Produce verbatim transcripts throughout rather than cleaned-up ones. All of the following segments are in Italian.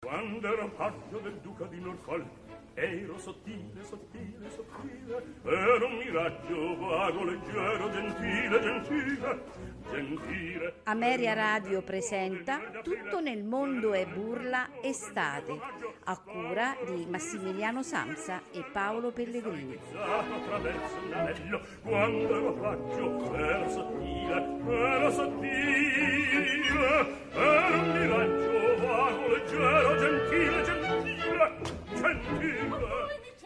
Quando ero paggio del duca di Norfolk, ero sottile, sottile, sottile, ero un miraggio vago, leggero, gentile, gentile, gentile. Ameria Radio presenta Tutto nel mondo è burla estate, a cura di Massimiliano Samsa e Paolo Pellegrini. Attraverso un anello, quando ero paggio, ero sottile, ero sottile, ero un miraggio vago, leggero, gentile, gentile, gentile.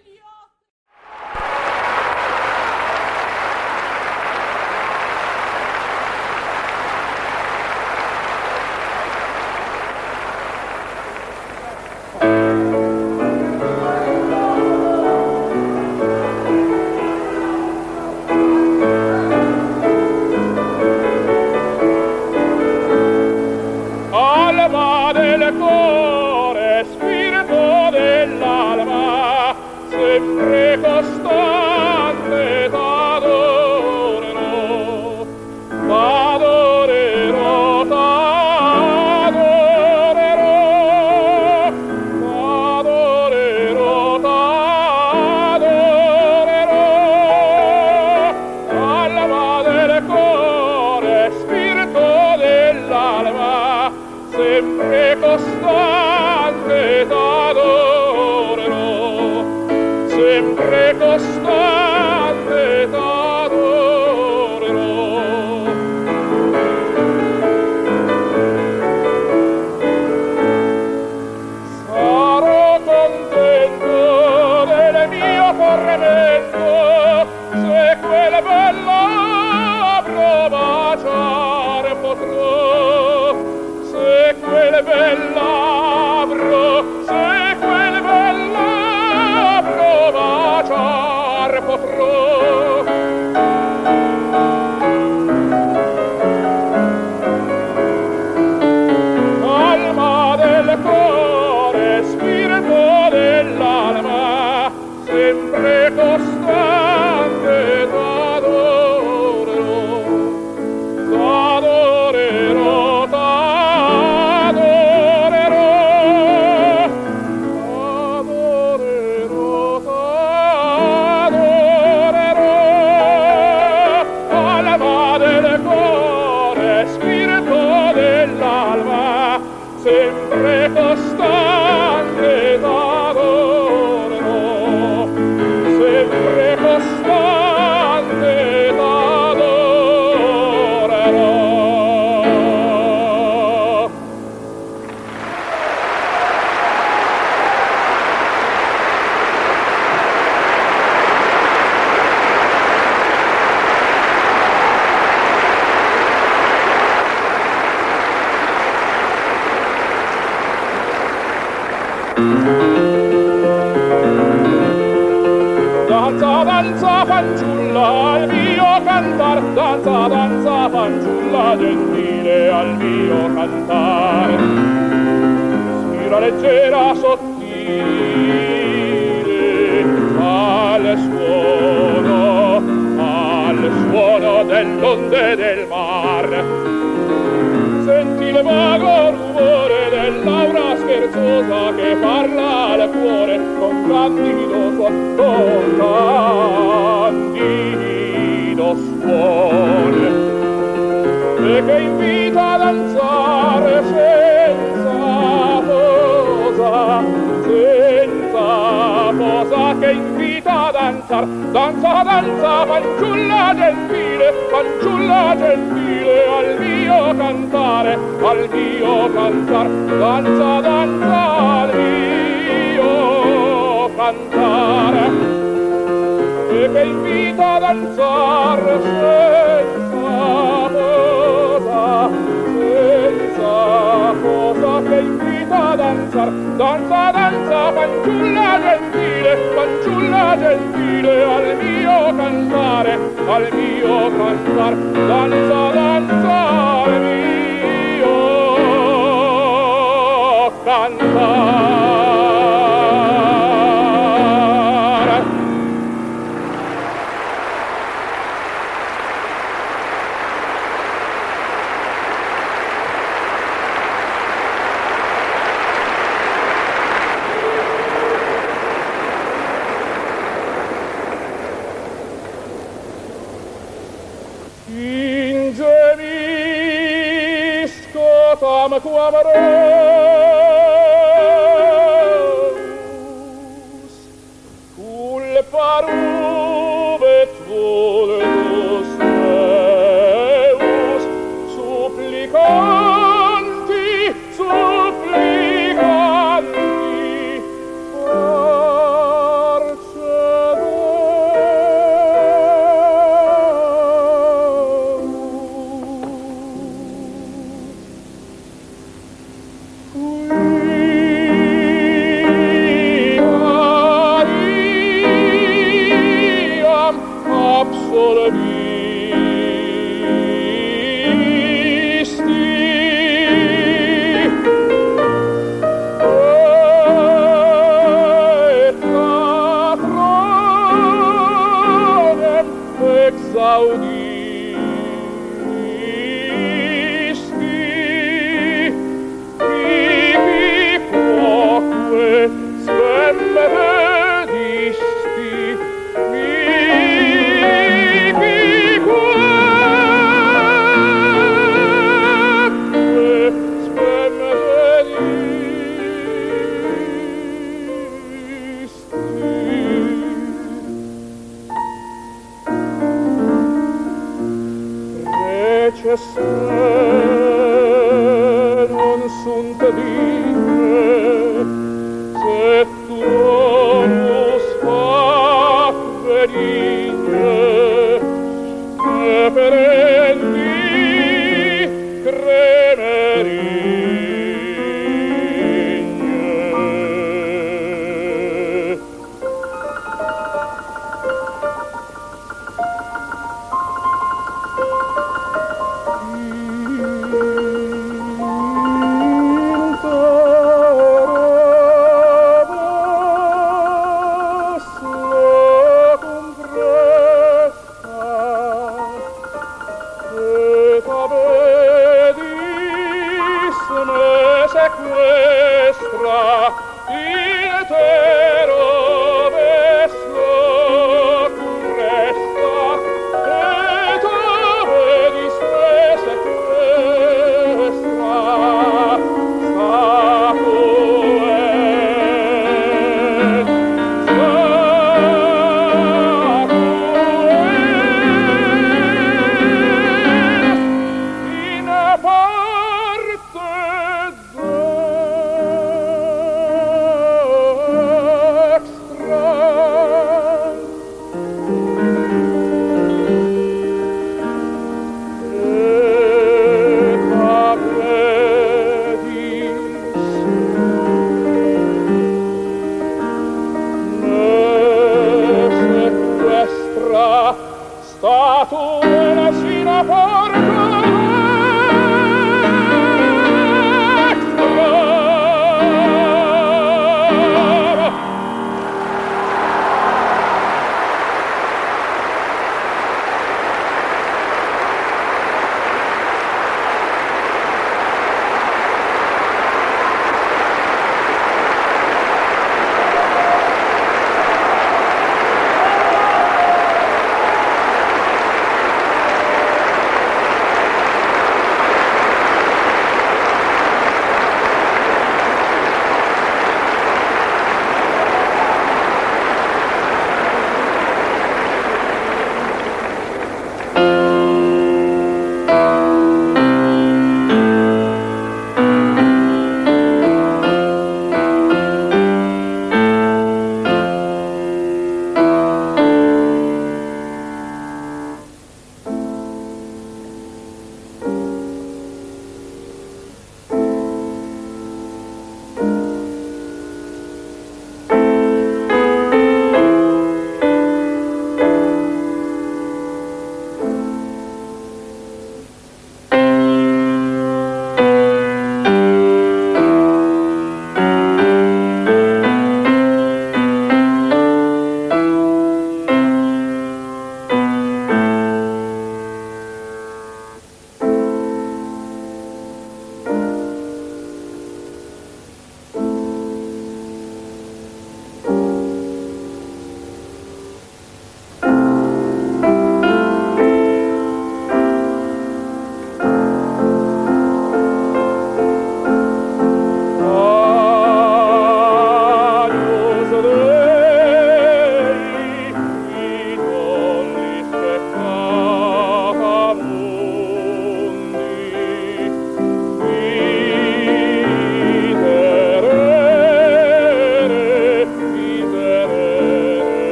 Alma del cuore, spirito dell'alma, sempre costante t'adorerò, t'adorerò, t'adorerò, t'adorerò, t'adorerò. Alma del cuore, spirito dell'alma, sempre costante t'adorerò, sempre costante t'adorerò. Sarò contento del mio tormento se quel bell'abbro baciare potrò, se quel bell'abbro, se quel bell'abbro baciar potrò. Alma del cuore, spirito dell'alma, sempre costante t'adorerò, t'adorerò, t'adorerò, t'adorerò, t'adorerò. Alma del cuore, spirito dell'alma, sempre costante t'adorerò, sempre costante t'adorerò. Danza, danza, fanciulla, al mio cantar, danza, danza, fanciulla, gentile, al mio cantar. Spira leggera, sottile, al suono, al suono dell'onde del mar. Senti il vago rumore dell'aura scherzosa che parla al cuore con candido suon, con candido suon, e che invita a danzare senza posa, senza posa, che invita a danzar. Danza, danza, fanciulla gentile, fanciulla gentile, al mio cantare, al mio cantar. Danza, danza, al mio cantare, e che invita a danzare senza posa, senza posa, che invita a danzar. Danza, danza, fanciulla gentile, fanciulla gentile, al mio cantare, al mio cantar. Danza, danza, al mio cantare. amorous culparuvet voletus meus supplicanti supplicanti non sunt digne se tu non fa benigne che perenni cremerigne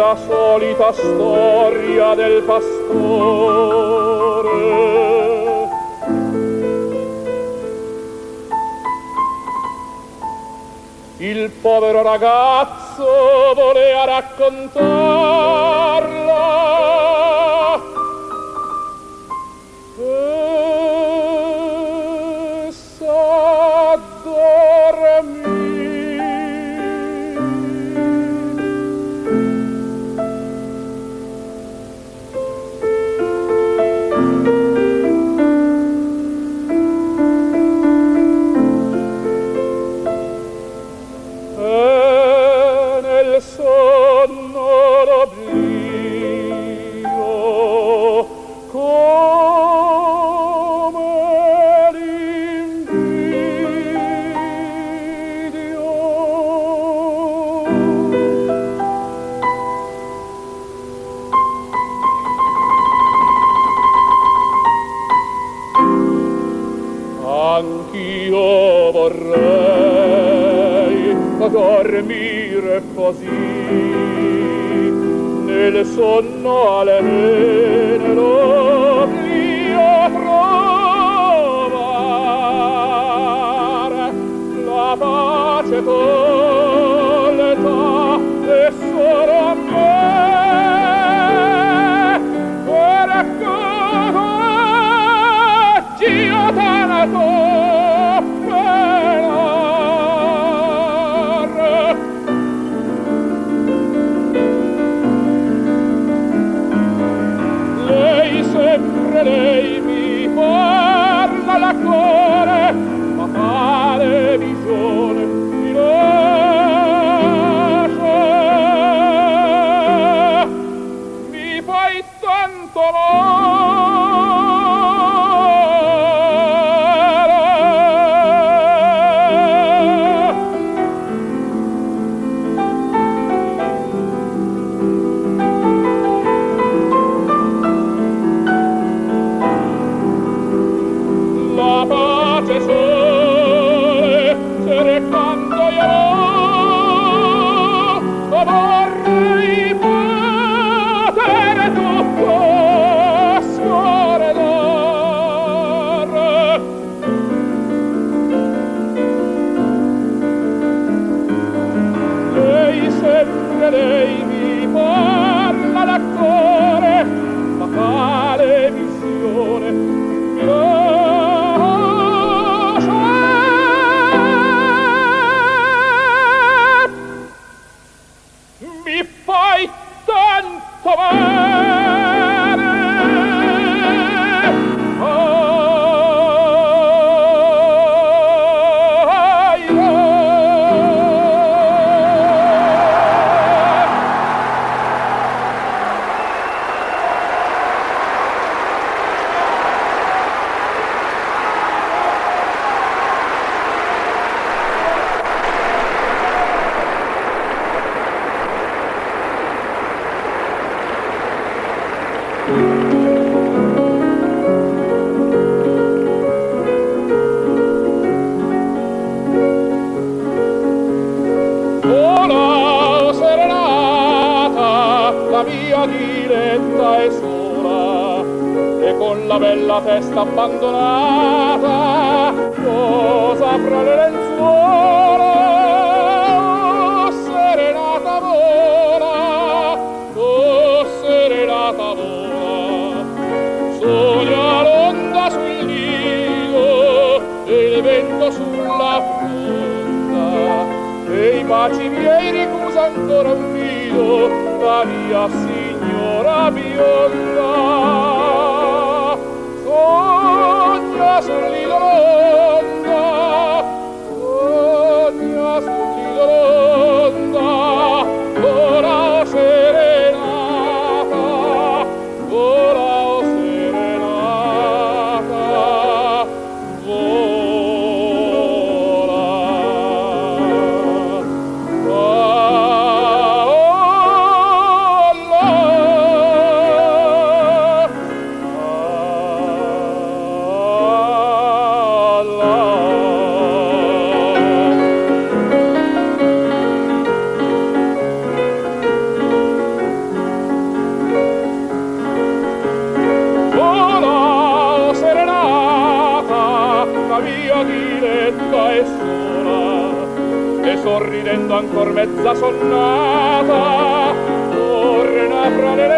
la solita storia del pastore. Il povero ragazzo voleva raccontarla e s'addormì. Anch'io vorrei dormire così, nel sonno alene l'oblio trovare, la pace tolta e solo a me, per coraggio tanto lei mi parla la cuore, ma tale visione mi lascia, mi fai tanto lei mi parla la cuore, ma tale visione mi lascia, mi fai tanto male. Diletta e sola, e con la bella testa abbandonata posa fra le lenzuola. Oh, serenata vola, oh, serenata vola, sogna l'onda sul nido e il vento sulla fronda, e i baci miei ricusa ancora un nido la mia signora bionda. Sogna sul nido l'onda, sogna sul nido l'onda, ora o serenata, ora o serenata, vola. La sorridendo ancor mezza sonnata, torna fra le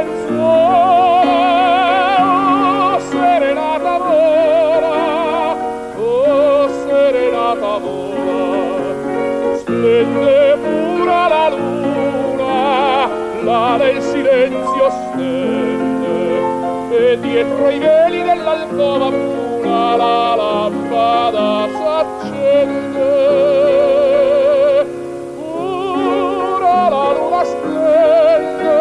lenzuola. Oh, serenata vola, oh, serenata vola, splende pura la luna, là nel silenzio stende, e dietro i veli dell'alcova bruna la lampada s'accende. Pura la luna splende,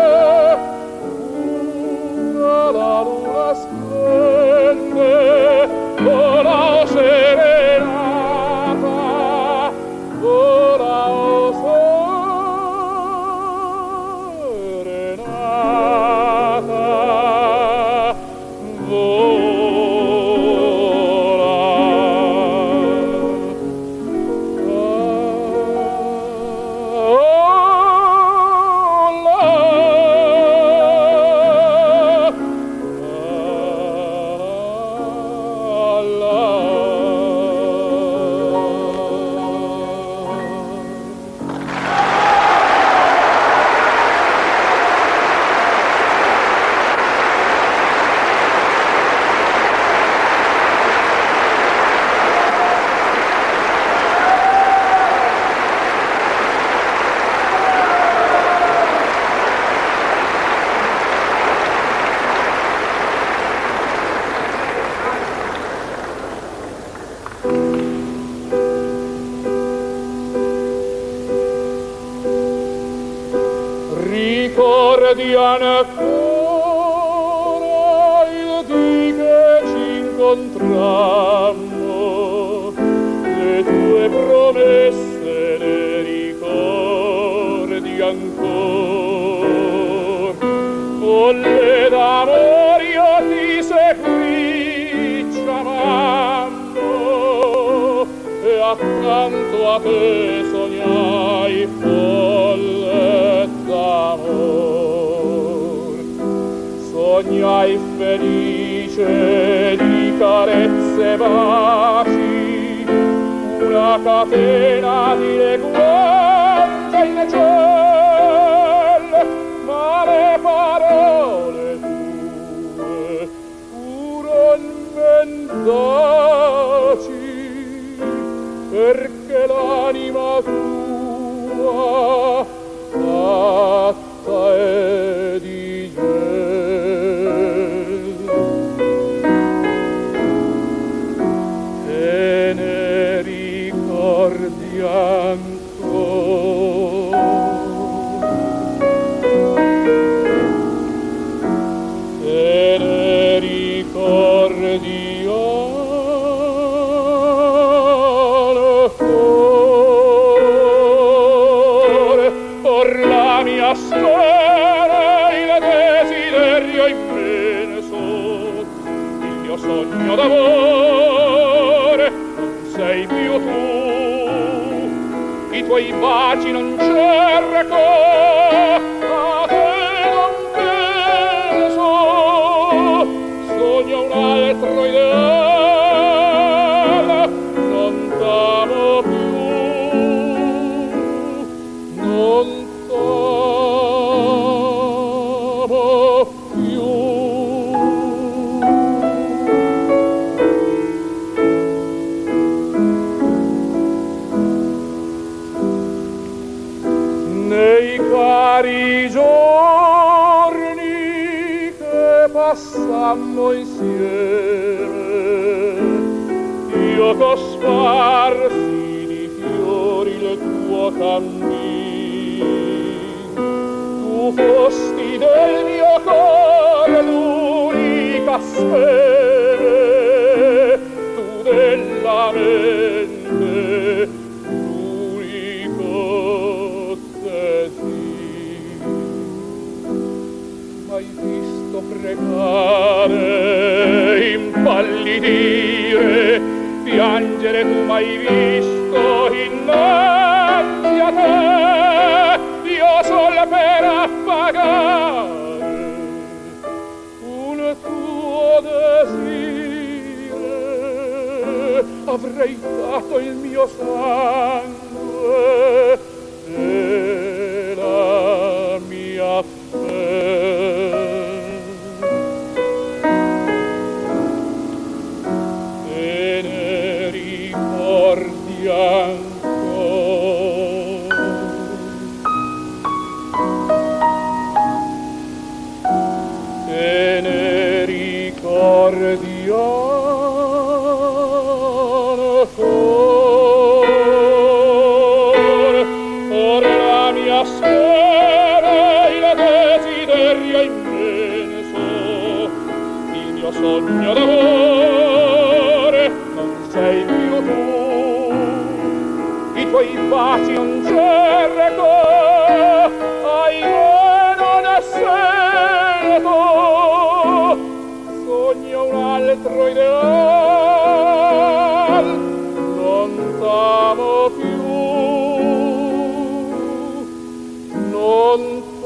pura la luna splende, vola o serenata, vola o serenata, ricordi ancora il dì che ci incontrammo, le tue promesse le ricordi ancor, folle d'amor io ti seguì chiamando, e accanto a te sognai folle d'amor, sognai felice di carezze e baci, una catena di leguanza in ciel, ma le parole tue furon mendaci, perché l'anima tua fatta è di gel. Te ne ricordi ancora, te ne ricordi ancora, or la mia storia, il desiderio immenso, il mio sogno d'amore, non sei più tu, i tuoi baci non cerco, a te non penso, sogno un altro ideale, non t'amo più, non t'amo più. Nei cari giorni che passammo insieme, io cosparsi di fiori il tuo cammin, tu fosti del mio cuore l'unica speme, tu della mente l'unico desiderio. M'hai visto pregare, impallidire, piangere, tu m'hai visto innanzi a te, io sol per appagare un tuo desire, avrei dato il mio sangue fe e la mia fe. Te ne ricordi ancora, te ne ricordi ancora, or la mia spera il desiderio immenso, il mio sogno d'amore, non sei più tu, i tuoi baci non cerco, ahimè non sento, sogno un altro ideal, non t'amo più, non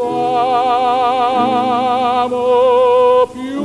t'amo più.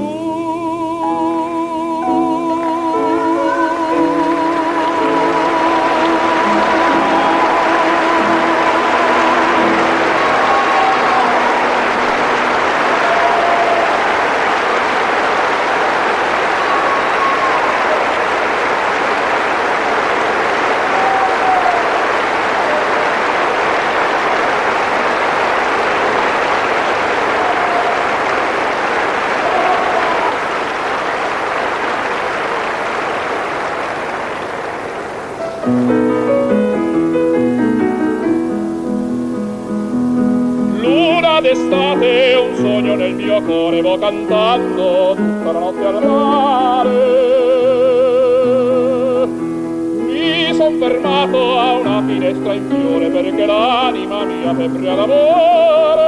Luna d'estate, un sogno nel mio cuore, vo cantando tutta la notte al mare. Mi son fermato a una finestra in fiore perché l'anima mia febbre d'amore.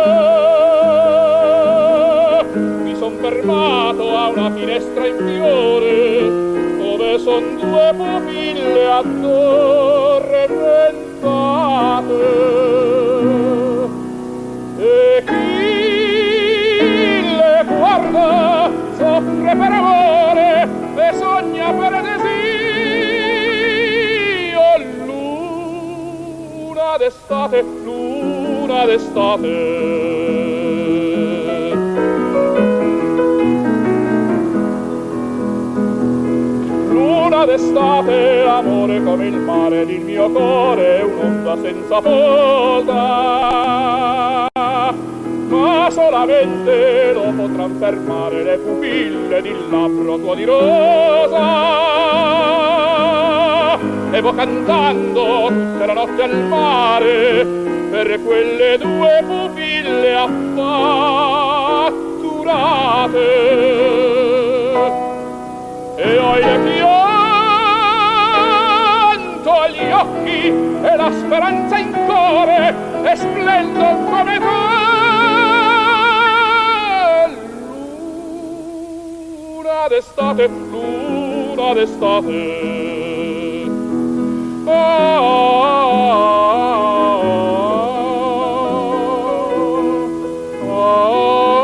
Mi son fermato a una finestra in fiore dove son due pupille addormentate. E chi le guarda soffre per amore e sogna per desio. Luna d'estate, luna d'estate. Luna d'estate, amore come il mare, il mio cuore è un'onda senza posa, ma solamente lo potran fermare le pupille di labbro tuo di rosa. E vo cantando tutta la notte al mare per quelle due pupille affatturate. E ho il pianto agli occhi e la speranza in cuore e splendo come te. Luna d'estate, luna d'estate. Ah, ah, ah.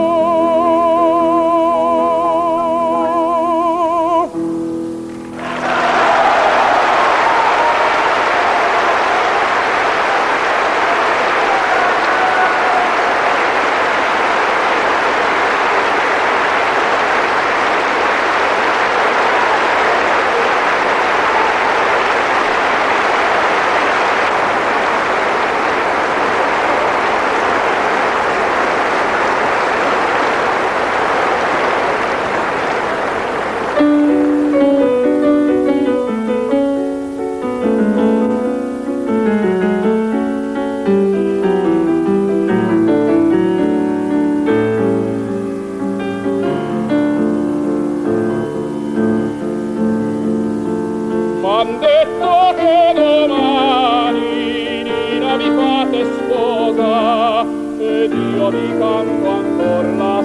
M'han detto che domani Nina vi fate sposa ed io vi canto ancor la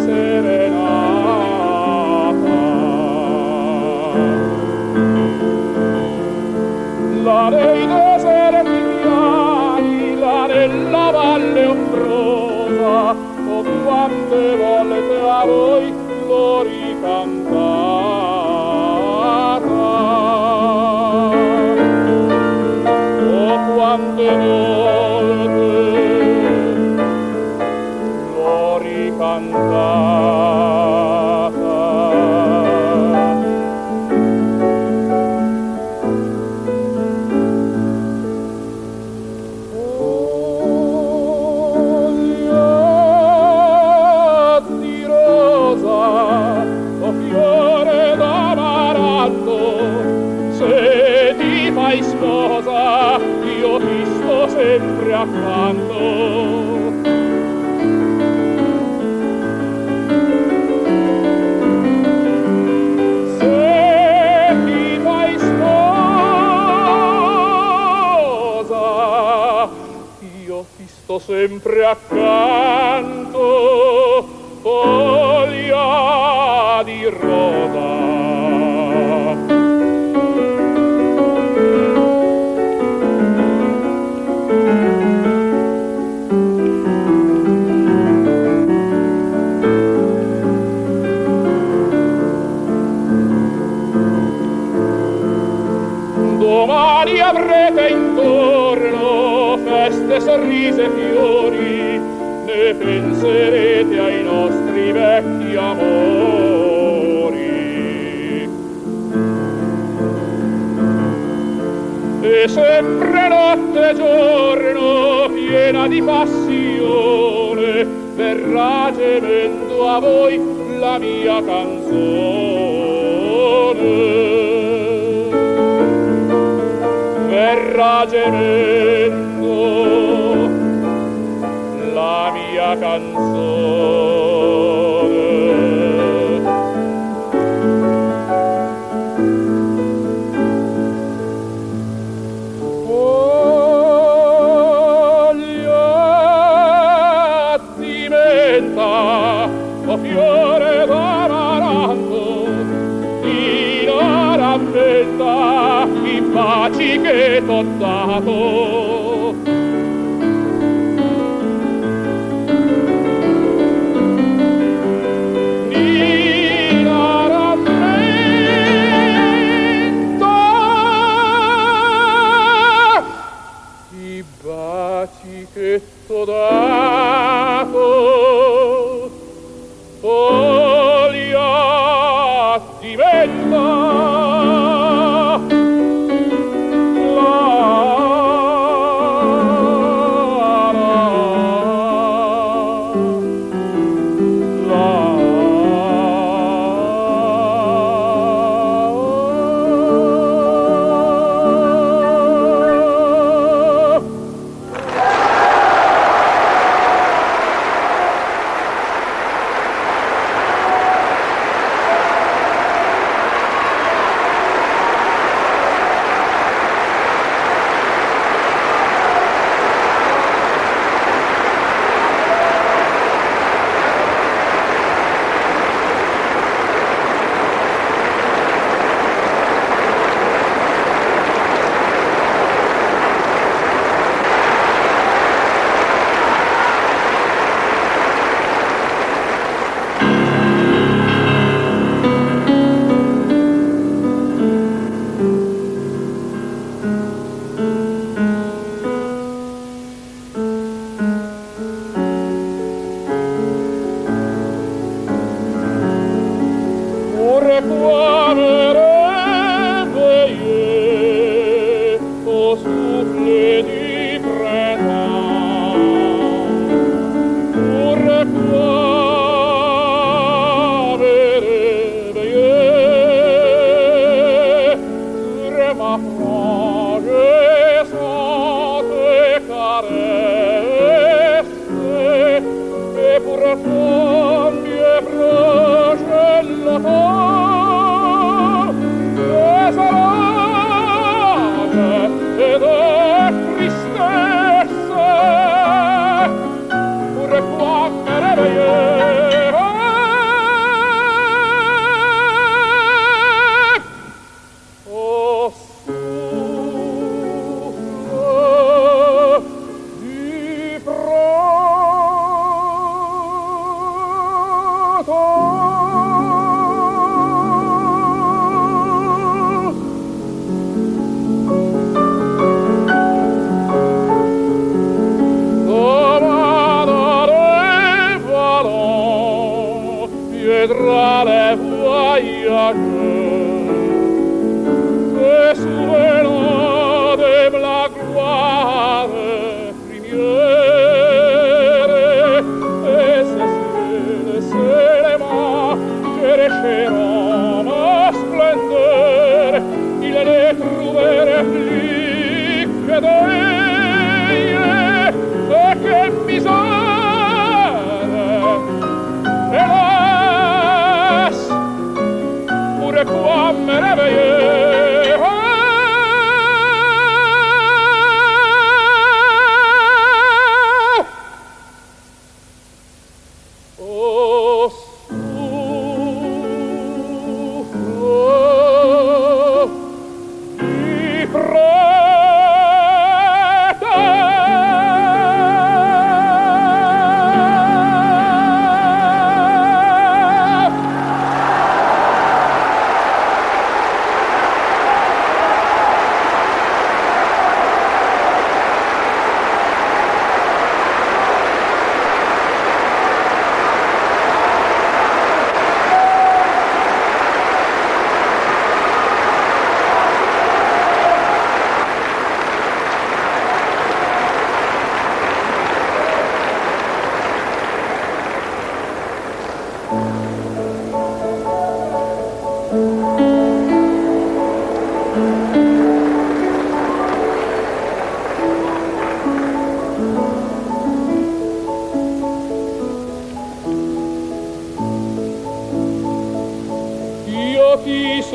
serenata. Là nei deserti piani, là nella valle ombrosa, oh quante volte a voi l'ho ricantata. Oh quante volando. Se ti fai sposa, io ti sto sempre accanto, foglia di rosa. Domani avrete intorno feste, sorrisi e fiori, ne penserete ai nostri vecchi amori. E sempre notte e giorno piena di passione verrà gemendo a voi la mia canzone. Verrà gemendo la mia canzone. Foglia di menta o fiore d'amaranto, di non rammenta i baci che t'ho dato. Di non rammenta i baci che t'ho dato. Foglia di menta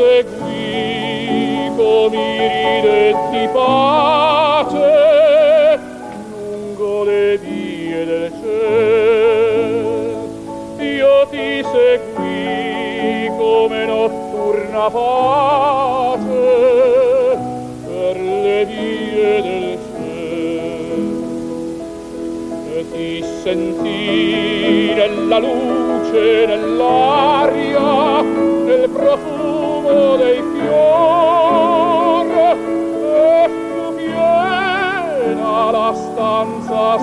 seguì come ride di pace lungo le vie del cielo. Io ti seguì come notturna pace per le vie del cielo. E ti sentì nella luce, nell'aria, nel profumo dei fiori, e fu piena la stanza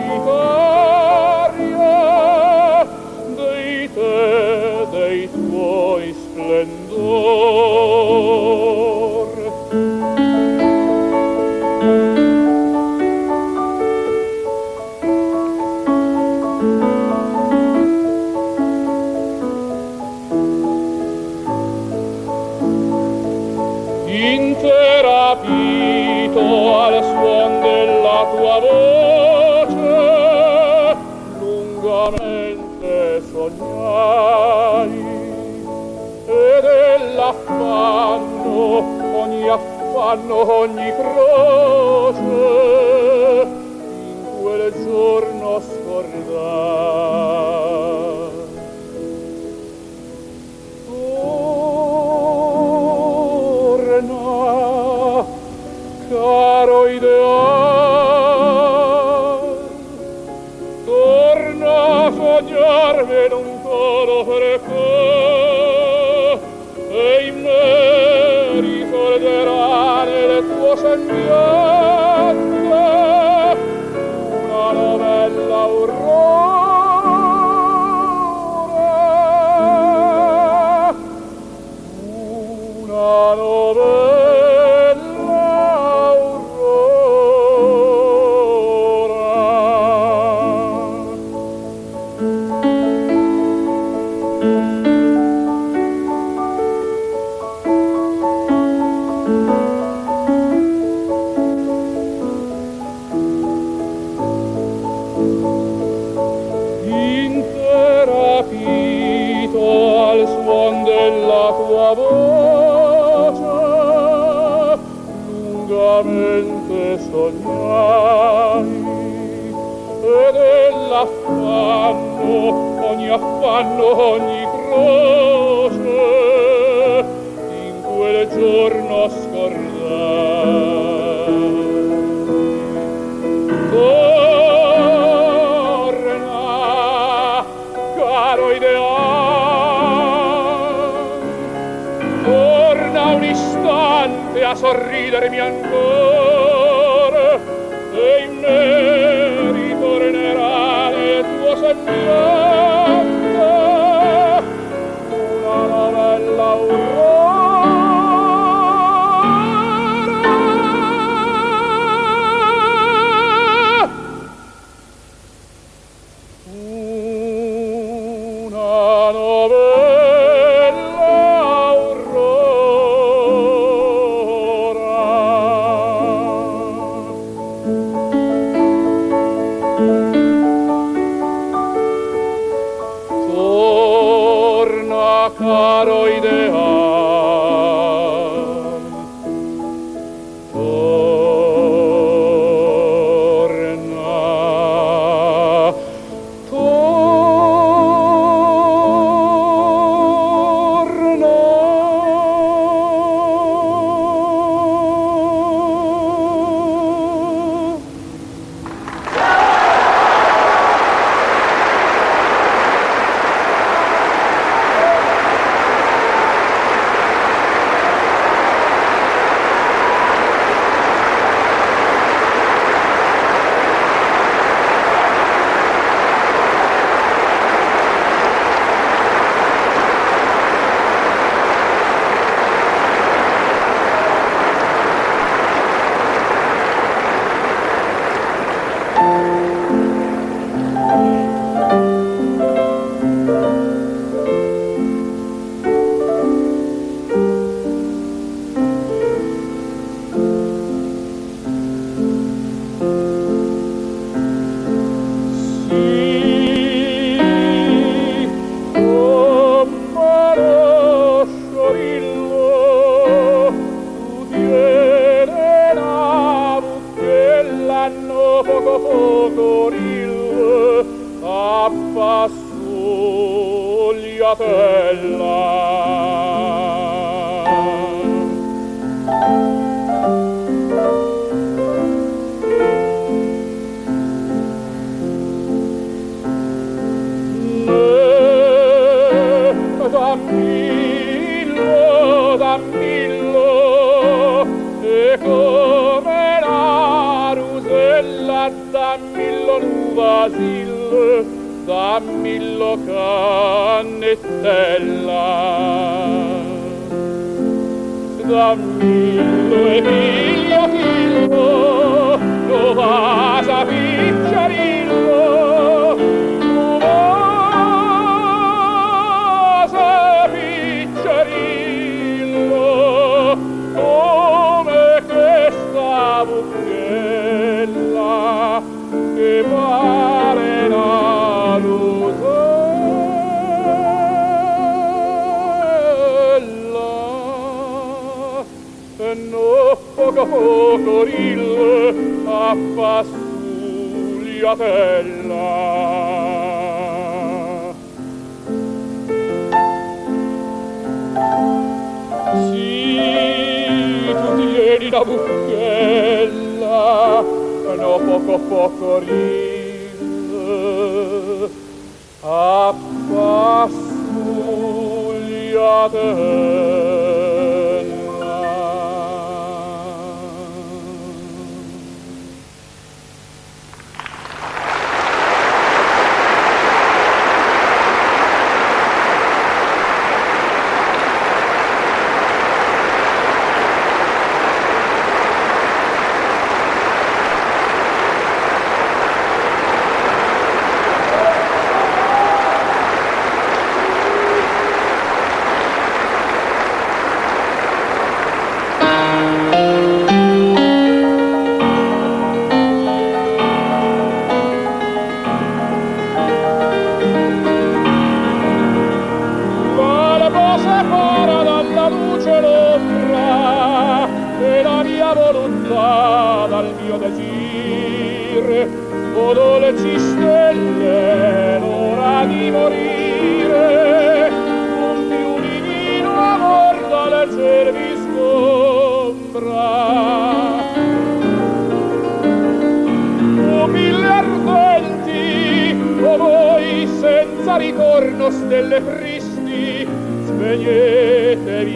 solitaria dei te, dei tuoi splendor. Interapito al suon della tua voce, lungamente sognai, e dell'affanno, ogni affanno, ogni croce, in quel giorno scordai. Caro ideal, torna a sognarmi non solo perché, e in me risorgerà nel tuo sembiante una novella aurora, una novella sognai, e dell'affanno, ogni affanno, ogni croce, in quel giorno scordai. Torna, caro ideal, torna un istante a sorridermi ancora, e in me ritornerà nel tuo sembiante una novella aurora, una novella caro ideal, torna, torna. Sì, oh, ma lasciami cocoril appa sugliatella. Dammillo, dammillo, e come la rusella, dammillo l'uvasil, dammillo cannetella. Dammillo e piglio chillo, lo vasa picciarillo, come questa buchella che pare una rosella e no poco poco ril appa sugliatella. La buchella no poco poco ril appa sugliatella. Dal mio desir, o dolci stelle, l'ora di morire, un più divino amor da legger vi sgombra. O mille ardenti, o voi senza ritorno stelle tristi, spegnetevi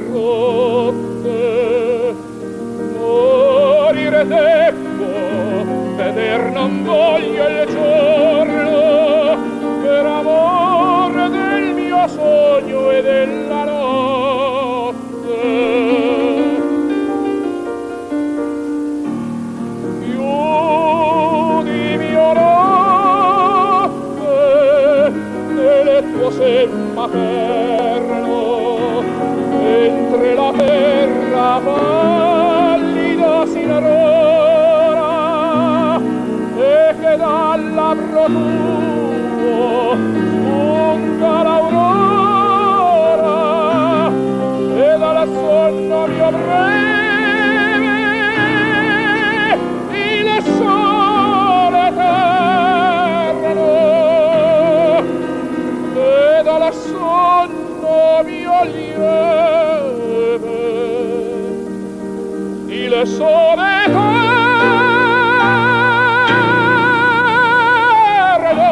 incorrotte. Morire debbo, veder non voglio il giorno, per amore del mio sogno e della notte. Chiudi mio notte nel tuo sen materno, mentre la terra pallida si narora e che dal labbro tuo spunta l'aurora e dal sonno mio breve il sole eterno e dal sonno mio lieve il sole eterno.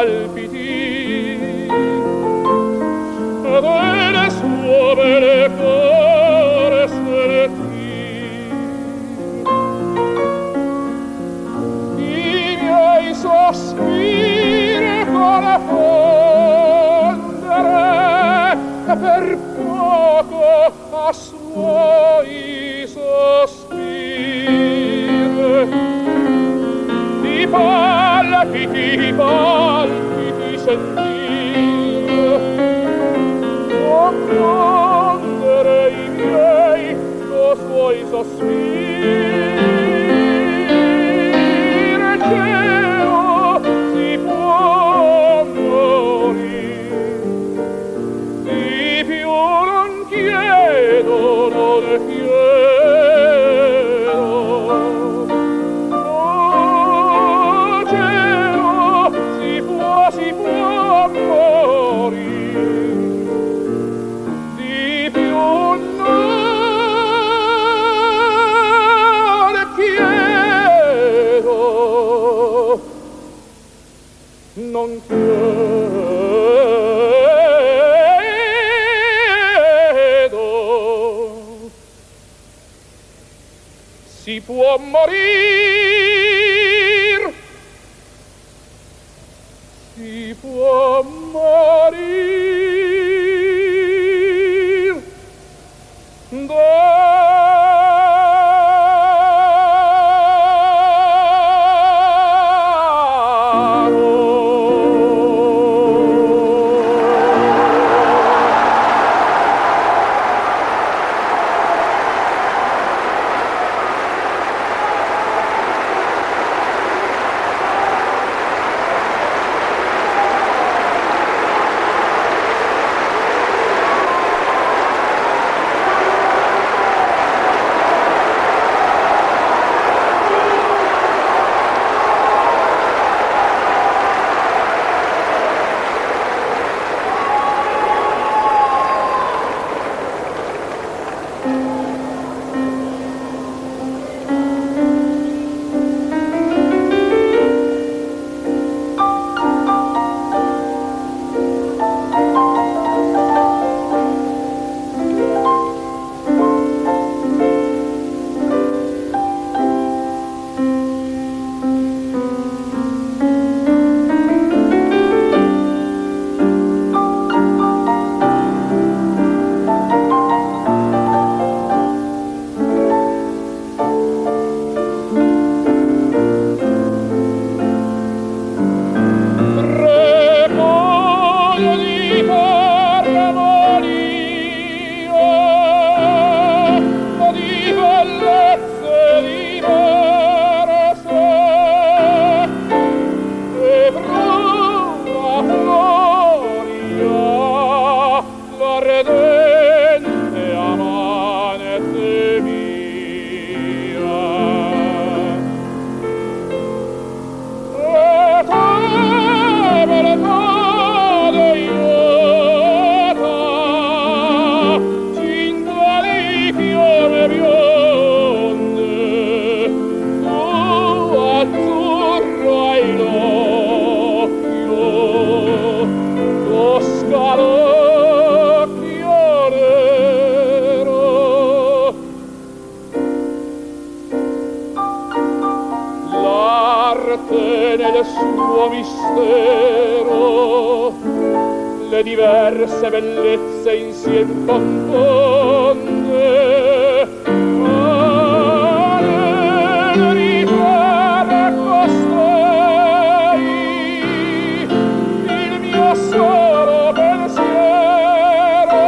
palpiti delle sue belle core senti i miei sospiri con affondere per poco a suoi sospiri di palpiti, di palpiti sentir confondere i miei o suoi sospiri. Cielo si può morire di più non chiedo, non chiedo. Oh cielo si può, si può morire di più non chiedo, non chiedo. Si può morir, si può morir nel suo mistero le diverse bellezze insiem confonde, ma nel rifare costei il mio solo pensiero,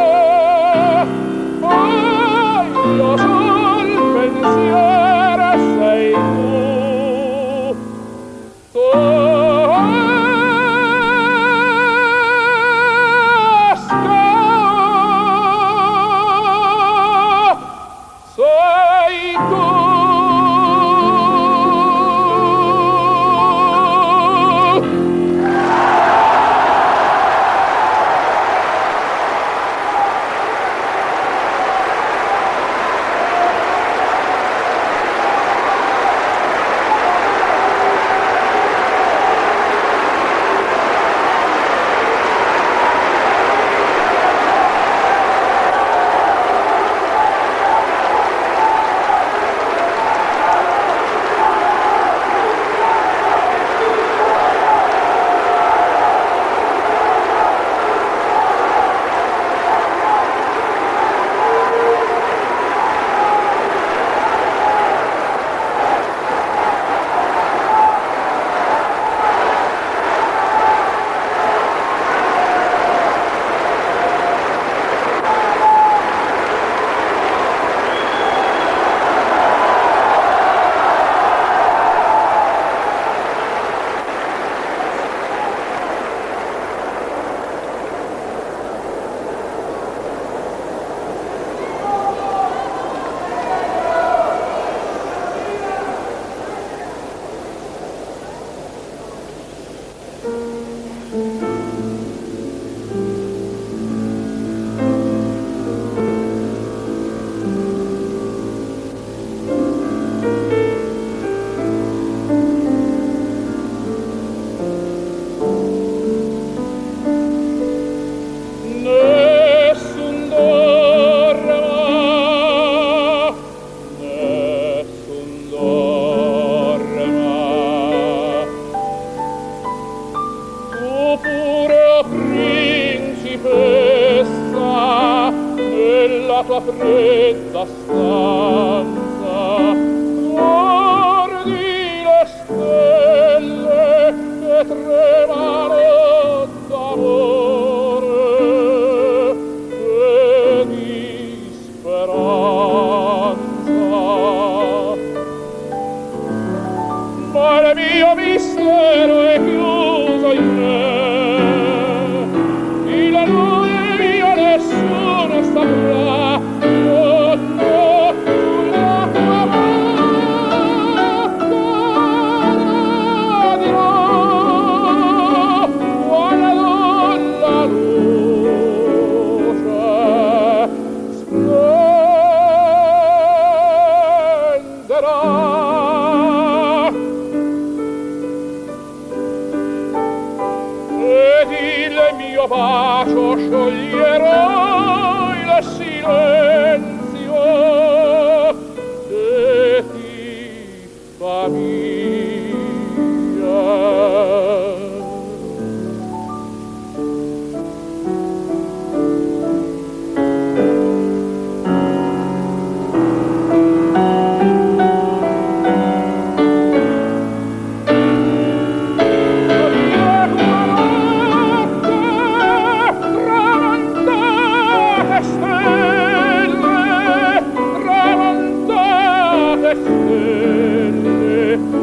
oh, io sol pensiero sei tu. Tosca la stanza, guardi le stelle che tremano d'amore e di speranza. Ma il mio mistero è chiuso in me, il lui mio nessuno saprà. Oh, no, sulla tua bocca dirò, guardo la luce splenderà. Ed il mio bacio scioglierò il silenzio che ti fa mia. Stelle,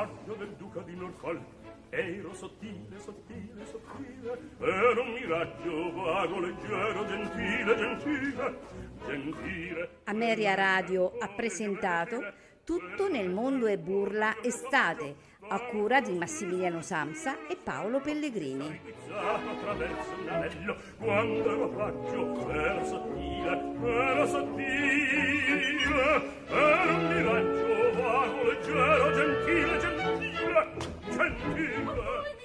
raggio del duca di Norfolk. Ero sottile, sottile, sottile, ero un miraggio vago, leggero, gentile, gentile, gentile. Ameria Radio ha presentato Tutto nel mondo è burla estate, a cura di Massimiliano Samsa e Paolo Pellegrini. Attraverso un anello, quando ero raggio, ero sottile, ero sottile, ero un miraggio vago, leggero, gentile, gentile, gentile.